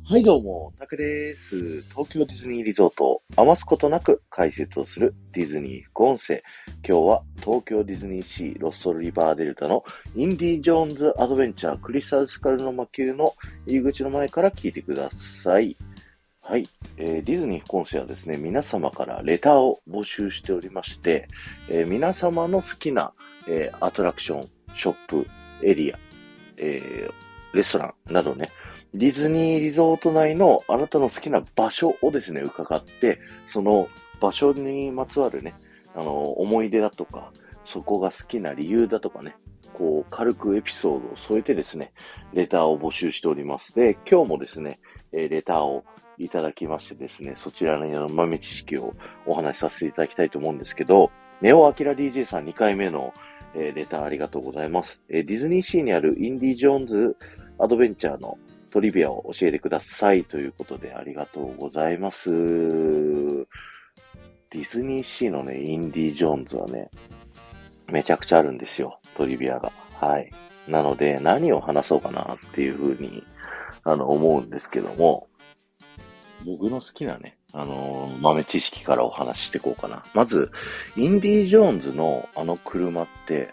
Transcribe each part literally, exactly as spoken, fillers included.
はいどうも、タクです。東京ディズニーリゾートを余すことなく解説をするディズニー副音声。今日は東京ディズニーシーロストリバーデルタのインディ・ジョーンズ・アドベンチャークリスタルスカルの魔球の入り口の前から聞いてください。はい、えー、ディズニー副音声はですね、皆様からレターを募集しておりまして、えー、皆様の好きな、えー、アトラクション、ショップ、エリア、えー、レストランなどね、ディズニーリゾート内のあなたの好きな場所をですね、伺って、その場所にまつわるね、あの、思い出だとか、そこが好きな理由だとかね、こう、軽くエピソードを添えてですね、レターを募集しております。で、今日もですね、えーレターをいただきましてですね、そちらの豆知識をお話しさせていただきたいと思うんですけど、ネオアキラ ディージェー さんにかいめの、えーレターありがとうございます。えーディズニーシーにあるインディ・ジョーンズ・アドベンチャーのトリビアを教えてくださいということでありがとうございます。ディズニーシーのね、インディ・ジョーンズはね、めちゃくちゃあるんですよ、トリビアが。はい。なので、何を話そうかなっていうふうに、あの、思うんですけども、僕の好きなね、あのー豆知識からお話ししていこうかな。まず、インディ・ジョーンズのあの車って、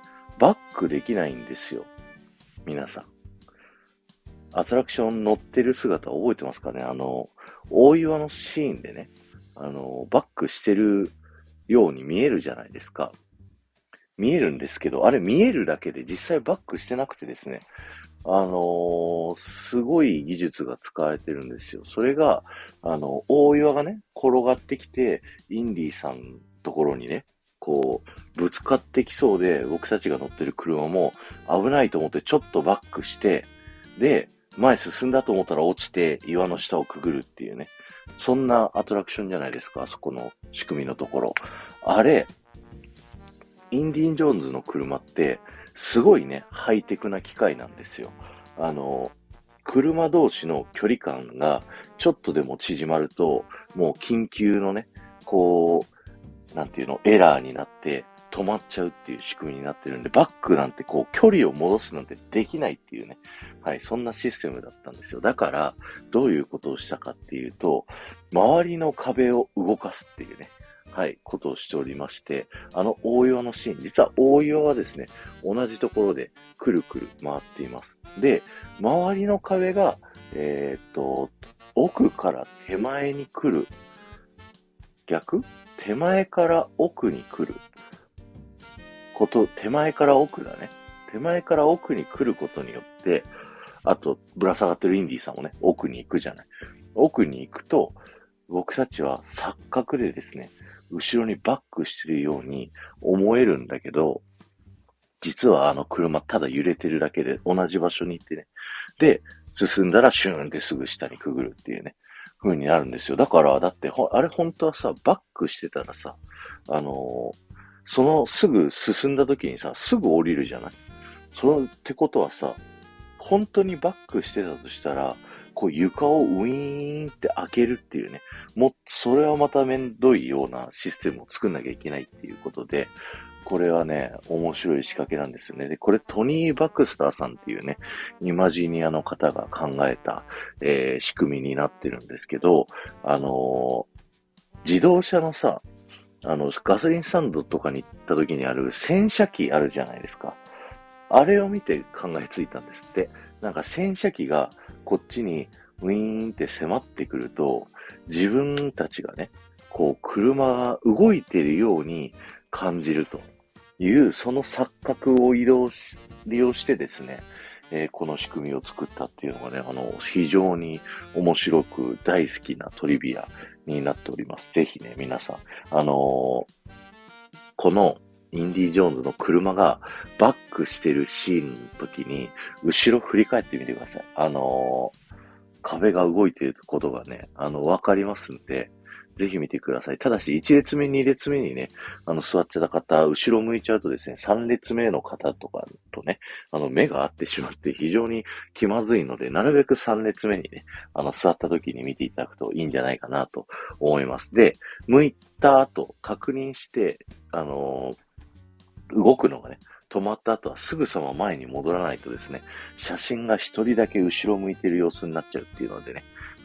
バックできないんですよ。皆さん。アトラクション乗ってる姿覚えてますかね？あの、大岩のシーンでね、あの、バックしてるように見えるじゃないですか。見えるんですけど、あれ見えるだけで実際バックしてなくてですね、あのーすごい技術が使われてるんですよ。それが、あの、大岩がね、転がってきて、インディさんのところにね、こう、ぶつかってきそうで、僕たちが乗ってる車も危ないと思ってちょっとバックして、で、前進んだと思ったら落ちて岩の下をくぐるっていうね。そんなアトラクションじゃないですか、あそこの仕組みのところ。あれ、インディ・ンジョーンズの車って、すごいね、ハイテクな機械なんですよ。あの、車同士の距離感がちょっとでも縮まると、もう緊急のね、こう、なんていうの、エラーになって止まっちゃうっていう仕組みになってるんで、バックなんてこう、距離を戻すなんてできないっていうね、はい、そんなシステムだったんですよ。だから、どういうことをしたかっていうと、周りの壁を動かすっていうね、はい、ことをしておりまして、あの大岩のシーン、実は大岩はですね、同じところでくるくる回っています。で、周りの壁が、えーっと、奥から手前に来る、逆手前から奥に来ること、手前から奥だね。手前から奥に来ることによって、あと、ぶら下がってるインディーさんもね、奥に行くじゃない。奥に行くと、僕たちは錯覚でですね、後ろにバックしてるように思えるんだけど、実はあの車ただ揺れてるだけで同じ場所に行ってね。で、進んだらシューンってすぐ下にくぐるっていうね、風になるんですよ。だから、だってほ、あれ本当はさ、バックしてたらさ、あのーそのすぐ進んだ時にさ、すぐ降りるじゃない？そのってことはさ、本当にバックしてたとしたら、こう床をウィーンって開けるっていうね、もう、それはまためんどいようなシステムを作んなきゃいけないっていうことで、これはね、面白い仕掛けなんですよね。で、これトニー・バクスターさんっていうね、イマジニアの方が考えた、えー仕組みになってるんですけど、あのー自動車のさ、あの、ガソリンスタンドとかに行った時にある洗車機あるじゃないですか。あれを見て考えついたんですって。なんか洗車機がこっちにウィーンって迫ってくると、自分たちがね、こう車が動いているように感じるという、その錯覚を移動し、利用してですね、えーこの仕組みを作ったっていうのがね、あの、非常に面白く大好きなトリビアになっております。ぜひね、皆さん、あのーこのインディ・ジョーンズの車がバックしてるシーンの時に、後ろ振り返ってみてください。あのー壁が動いていることがね、あの、わかりますんで、ぜひ見てください。ただし、いち列目、に列目にね、あの、座ってた方、後ろ向いちゃうとですね、さん列目の方とかとね、あの、目が合ってしまって非常に気まずいので、なるべくさん列目にね、あの、座った時に見ていただくといいんじゃないかなと思います。で、向いた後、確認して、あのー動くのがね、止まった後はすぐさま前に戻らないとですね、写真が一人だけ後ろ向いてる様子になっちゃうっていうのでね、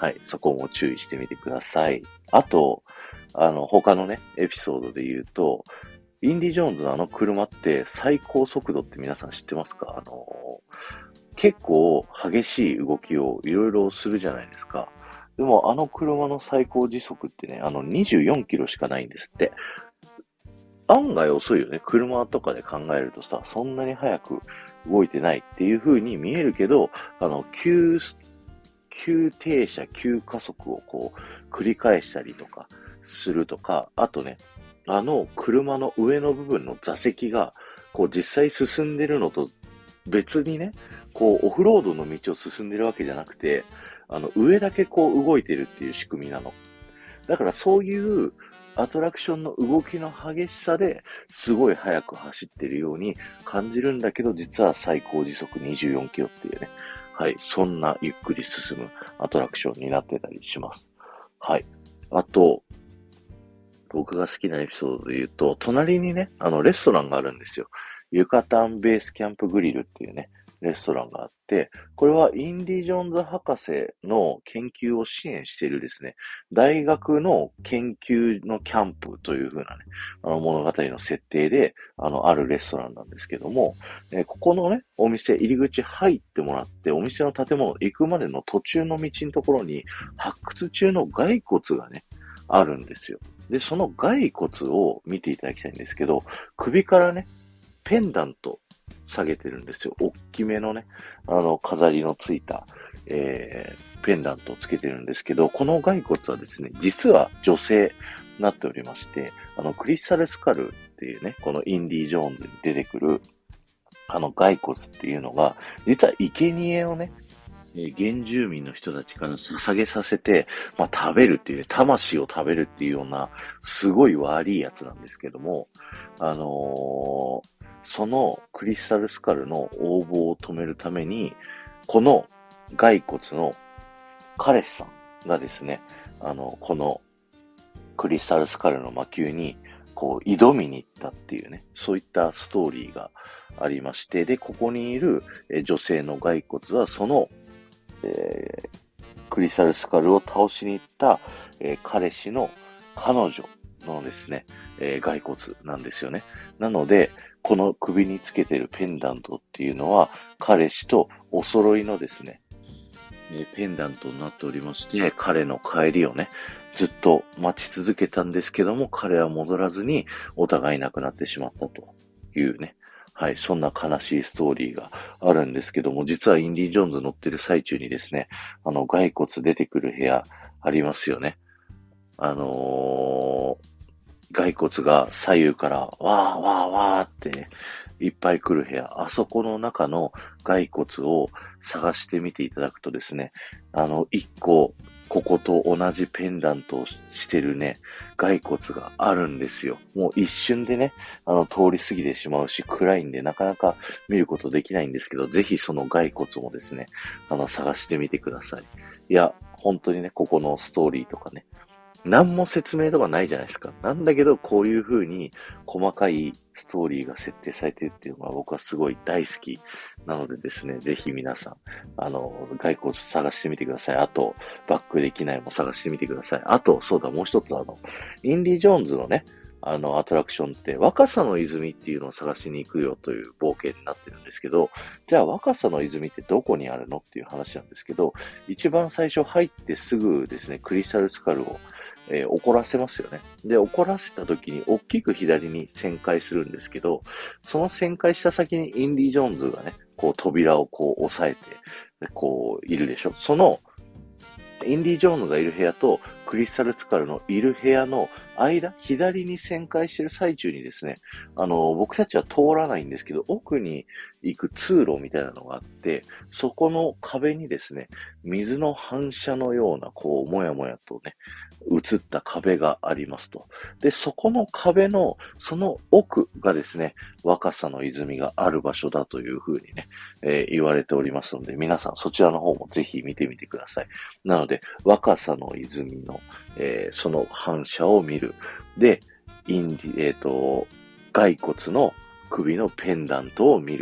はい、そこも注意してみてください。あと、あの、他のね、エピソードで言うと、インディ・ジョーンズのあの車って最高速度って皆さん知ってますか？あの、結構激しい動きをいろいろするじゃないですか。でもあの車の最高時速ってね、あのにじゅうよんキロしかないんですって。案外遅いよね。車とかで考えるとさ、そんなに速く動いてないっていう風に見えるけど、あの、急、急停車、急加速をこう、繰り返したりとかするとか、あとね、あの車の上の部分の座席が、こう実際進んでるのと別にね、こうオフロードの道を進んでるわけじゃなくて、あの上だけこう動いてるっていう仕組みなの。だからそういうアトラクションの動きの激しさですごい速く走ってるように感じるんだけど、実は最高時速にじゅうよんキロっていうね。はい。そんなゆっくり進むアトラクションになってたりします。はい。あと、僕が好きなエピソードで言うと、隣にね、あの、レストランがあるんですよ。ユカタンベースキャンプグリルっていうね、レストランがあって、これはインディ・ジョーンズ博士の研究を支援しているですね、大学の研究のキャンプという風なね、あの物語の設定で、あの、あるレストランなんですけども、えーここのね、お店、入り口入ってもらって、お店の建物行くまでの途中の道のところに、発掘中の骸骨がね、あるんですよ。で、その骸骨を見ていただきたいんですけど、首からね、ペンダント下げてるんですよ。大きめのね、あの、飾りのついた、えー、ペンダントをつけてるんですけど、この骸骨はですね、実は女性になっておりまして、あの、クリスタルスカルっていうね、このインディ・ジョーンズに出てくる、あの骸骨っていうのが、実は生贄をね、えー原住民の人たちから捧げさせて、まあ、食べるっていうね、魂を食べるっていうような、すごい悪いやつなんですけども、あのーそのクリスタルスカルの応募を止めるために、この骸骨の彼氏さんがですね、あの、このクリスタルスカルの魔球に、こう、挑みに行ったっていうね、そういったストーリーがありまして、で、ここにいるえー女性の骸骨は、そのえークリスタルスカルを倒しに行った、えー彼氏の彼女のですね、えー骸骨なんですよね。なので、この首につけてるペンダントっていうのは、彼氏とお揃いのですね、えーペンダントになっておりまして、彼の帰りをね、ずっと待ち続けたんですけども、彼は戻らずに、お互い亡くなってしまったというね。はい、そんな悲しいストーリーがあるんですけども、実はインディ・ジョーンズ乗ってる最中にですね、あの、骸骨出てくる部屋ありますよね。あのー骸骨が左右からわーわーわーってね、いっぱい来る部屋、あそこの中の骸骨を探してみていただくとですね、あの、一個、ここと同じペンダントをしてるね、骸骨があるんですよ。もう一瞬でね、あの、通り過ぎてしまうし、暗いんでなかなか見ることできないんですけど、ぜひその骸骨もですね、あの、探してみてください。いや、本当にね、ここのストーリーとかね、何も説明とかないじゃないですか。なんだけど、こういう風に細かいストーリーが設定されてるっていうのが僕はすごい大好きなのでですね、ぜひ皆さん、あの、骸骨探してみてください。あと、バックできないも探してみてください。あと、そうだ、もう一つあの、インディ・ジョーンズのね、あの、アトラクションって、若さの泉っていうのを探しに行くよという冒険になってるんですけど、じゃあ若さの泉ってどこにあるのっていう話なんですけど、一番最初入ってすぐですね、クリスタルスカルをえー怒らせますよね。で、怒らせた時に大きく左に旋回するんですけど、その旋回した先にインディ・ジョーンズがね、こう扉をこう押さえて、でこういるでしょ。そのインディ・ジョーンズがいる部屋とクリスタルスカルのいる部屋の間、左に旋回してる最中にですね、あの、僕たちは通らないんですけど、奥に行く通路みたいなのがあって、そこの壁にですね、水の反射のような、こう、もやもやとね、映った壁がありますと。で、そこの壁の、その奥がですね、若さの泉がある場所だというふうにね、えー言われておりますので、皆さんそちらの方もぜひ見てみてください。なので、若さの泉の、えーその反射を見る。で、インディ、えっ、と、骸骨の首のペンダントを見る。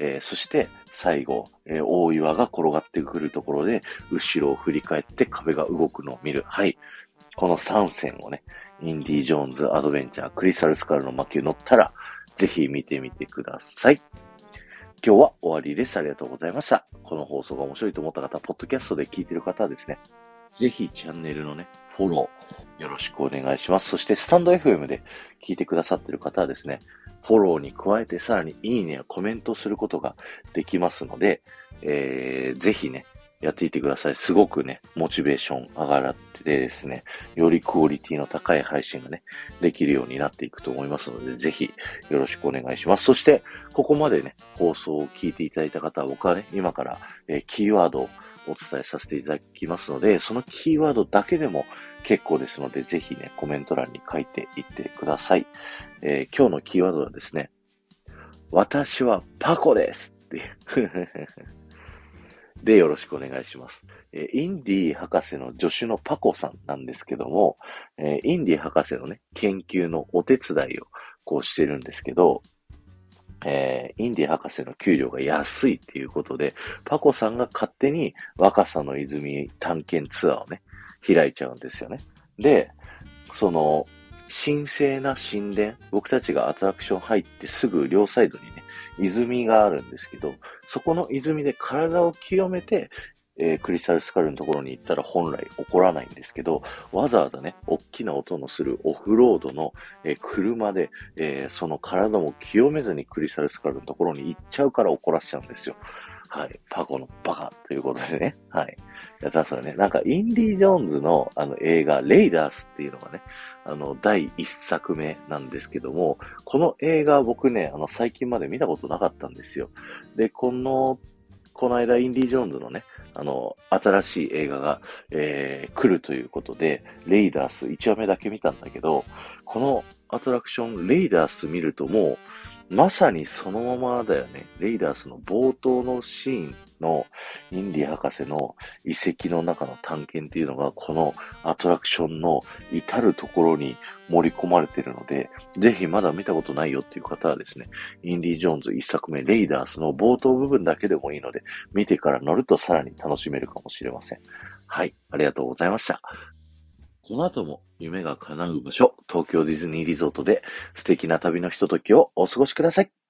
えーそして最後、えー大岩が転がってくるところで、後ろを振り返って壁が動くのを見る。はい。このさん戦をね、インディ・ジョーンズ・アドベンチャー、クリスタル・スカルの魔球乗ったら、ぜひ見てみてください。今日は終わりです。ありがとうございました。この放送が面白いと思った方、ポッドキャストで聞いている方はですね、ぜひチャンネルのね、フォローよろしくお願いします。そしてスタンド エフエム で聞いてくださっている方はですね、フォローに加えてさらにいいねやコメントすることができますので、えー、ぜひね、やっていてください。すごくね、モチベーション上がってですね、よりクオリティの高い配信がね、できるようになっていくと思いますので、ぜひよろしくお願いします。そして、ここまでね、放送を聞いていただいた方は、僕はね、今から、えーキーワードをお伝えさせていただきますので、そのキーワードだけでも結構ですので、ぜひね、コメント欄に書いていってください。えー今日のキーワードはですね、私はパコですっていうで、よろしくお願いします。えーインディ博士の助手のパコさんなんですけども、えーインディ博士のね、研究のお手伝いをこうしてるんですけど、えーインディ博士の給料が安いっていうことで、パコさんが勝手に若さの泉探検ツアーをね、開いちゃうんですよね。で、その、神聖な神殿、僕たちがアトラクション入ってすぐ両サイドにね、泉があるんですけど、そこの泉で体を清めて、えークリスタルスカルのところに行ったら本来起こらないんですけど、わざわざね、大きな音のするオフロードの、えー車で、えーその体も清めずにクリスタルスカルのところに行っちゃうから怒らせちゃうんですよ。はい。パコのバカということでね。はい。やったんですよね。なんか、インディ・ジョーンズのあの映画、レイダースっていうのがね、あの、だいいっさくめなんですけども、この映画僕ね、あの、最近まで見たことなかったんですよ。で、この、この間、インディ・ジョーンズのね、あの、新しい映画が、えー、来るということで、レイダースいちわめだけ見たんだけど、このアトラクション、レイダース見るともう、まさにそのままだよね。レイダースの冒頭のシーンのインディ博士の遺跡の中の探検っていうのが、このアトラクションの至るところに盛り込まれているので、ぜひまだ見たことないよっていう方はですね、インディ・ジョーンズいっさくめ、レイダースの冒頭部分だけでもいいので、見てから乗るとさらに楽しめるかもしれません。はい、ありがとうございました。この後も夢が叶う場所、東京ディズニーリゾートで素敵な旅のひとときをお過ごしください。